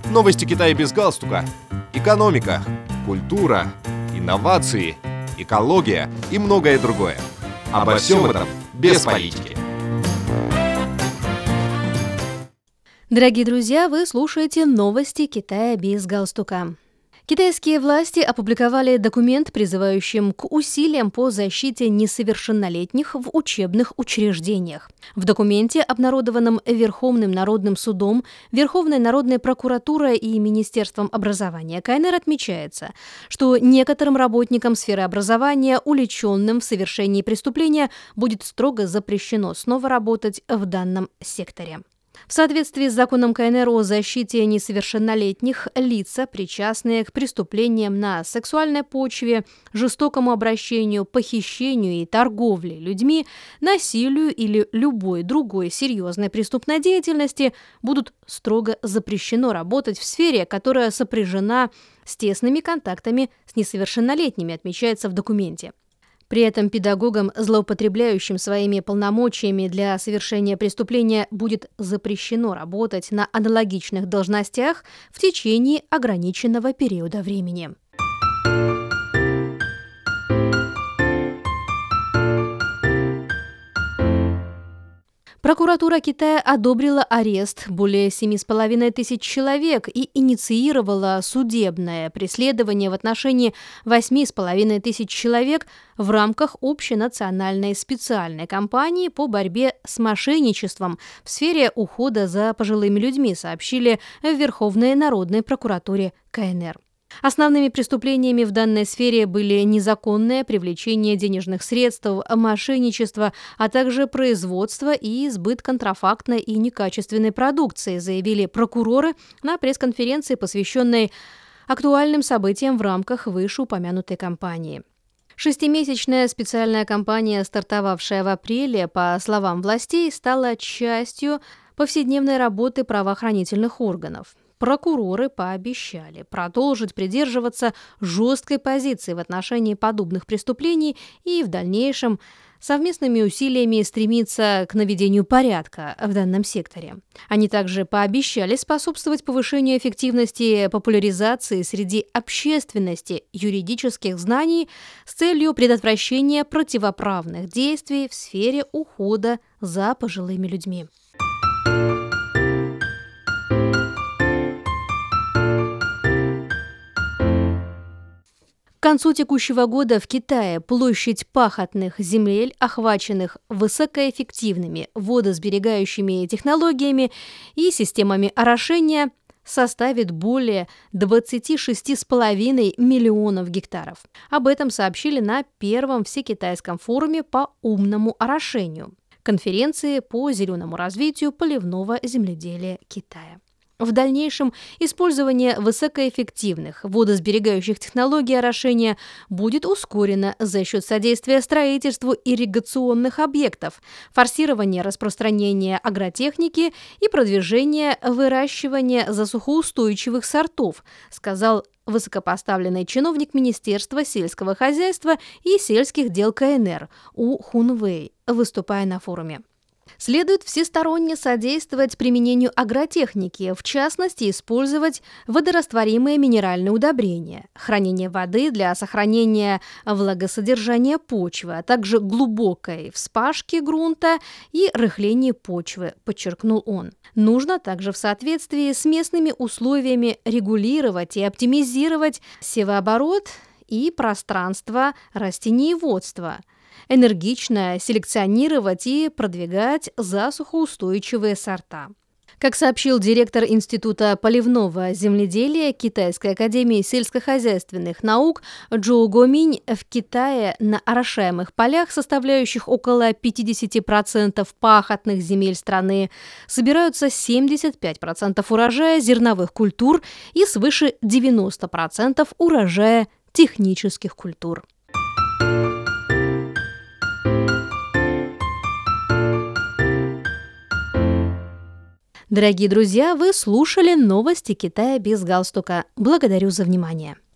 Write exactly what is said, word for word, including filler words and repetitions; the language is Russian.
Новости Китая без галстука. Экономика, культура, инновации, экология и многое другое. Обо всем этом без политики. Дорогие друзья, вы слушаете новости Китая без галстука. Китайские власти опубликовали документ, призывающий к усилиям по защите несовершеннолетних в учебных учреждениях. В документе, обнародованном Верховным народным судом, Верховной народной прокуратурой и Министерством образования КНР, отмечается, что некоторым работникам сферы образования, уличенным в совершении преступления, будет строго запрещено снова работать в данном секторе. В соответствии с законом КНР о защите несовершеннолетних, лица, причастные к преступлениям на сексуальной почве, жестокому обращению, похищению и торговле людьми, насилию или любой другой серьезной преступной деятельности, будут строго запрещено работать в сфере, которая сопряжена с тесными контактами с несовершеннолетними, отмечается в документе. При этом педагогам, злоупотребляющим своими полномочиями для совершения преступления, будет запрещено работать на аналогичных должностях в течение ограниченного периода времени. Прокуратура Китая одобрила арест более семи с половиной тысяч человек и инициировала судебное преследование в отношении восьми с половиной тысяч человек в рамках общенациональной специальной кампании по борьбе с мошенничеством в сфере ухода за пожилыми людьми, сообщили в Верховной народной прокуратуре КНР. Основными преступлениями в данной сфере были незаконное привлечение денежных средств, мошенничество, а также производство и сбыт контрафактной и некачественной продукции, заявили прокуроры на пресс-конференции, посвященной актуальным событиям в рамках вышеупомянутой кампании. Шестимесячная специальная кампания, стартовавшая в апреле, по словам властей, стала частью повседневной работы правоохранительных органов. Прокуроры пообещали продолжить придерживаться жесткой позиции в отношении подобных преступлений и в дальнейшем совместными усилиями стремиться к наведению порядка в данном секторе. Они также пообещали способствовать повышению эффективности популяризации среди общественности юридических знаний с целью предотвращения противоправных действий в сфере ухода за пожилыми людьми. К концу текущего года в Китае площадь пахотных земель, охваченных высокоэффективными водосберегающими технологиями и системами орошения, составит более двадцати шести с половиной миллионов гектаров. Об этом сообщили на первом всекитайском форуме по умному орошению, конференции по зеленому развитию поливного земледелия Китая. В дальнейшем использование высокоэффективных водосберегающих технологий орошения будет ускорено за счет содействия строительству ирригационных объектов, форсирования распространения агротехники и продвижения выращивания засухоустойчивых сортов, сказал высокопоставленный чиновник Министерства сельского хозяйства и сельских дел КНР У Хунвэй, выступая на форуме. Следует всесторонне содействовать применению агротехники, в частности, использовать водорастворимые минеральные удобрения, хранение воды для сохранения влагосодержания почвы, а также глубокой вспашки грунта и рыхления почвы, подчеркнул он. Нужно также в соответствии с местными условиями регулировать и оптимизировать севооборот и пространство растениеводства, энергично селекционировать и продвигать засухоустойчивые сорта. Как сообщил директор Института поливного земледелия Китайской академии сельскохозяйственных наук Джоу Гоминь, в Китае на орошаемых полях, составляющих около пятьдесят процентов пахотных земель страны, собираются семьдесят пять процентов урожая зерновых культур и свыше девяносто процентов урожая технических культур. Дорогие друзья, вы слушали новости Китая без галстука. Благодарю за внимание.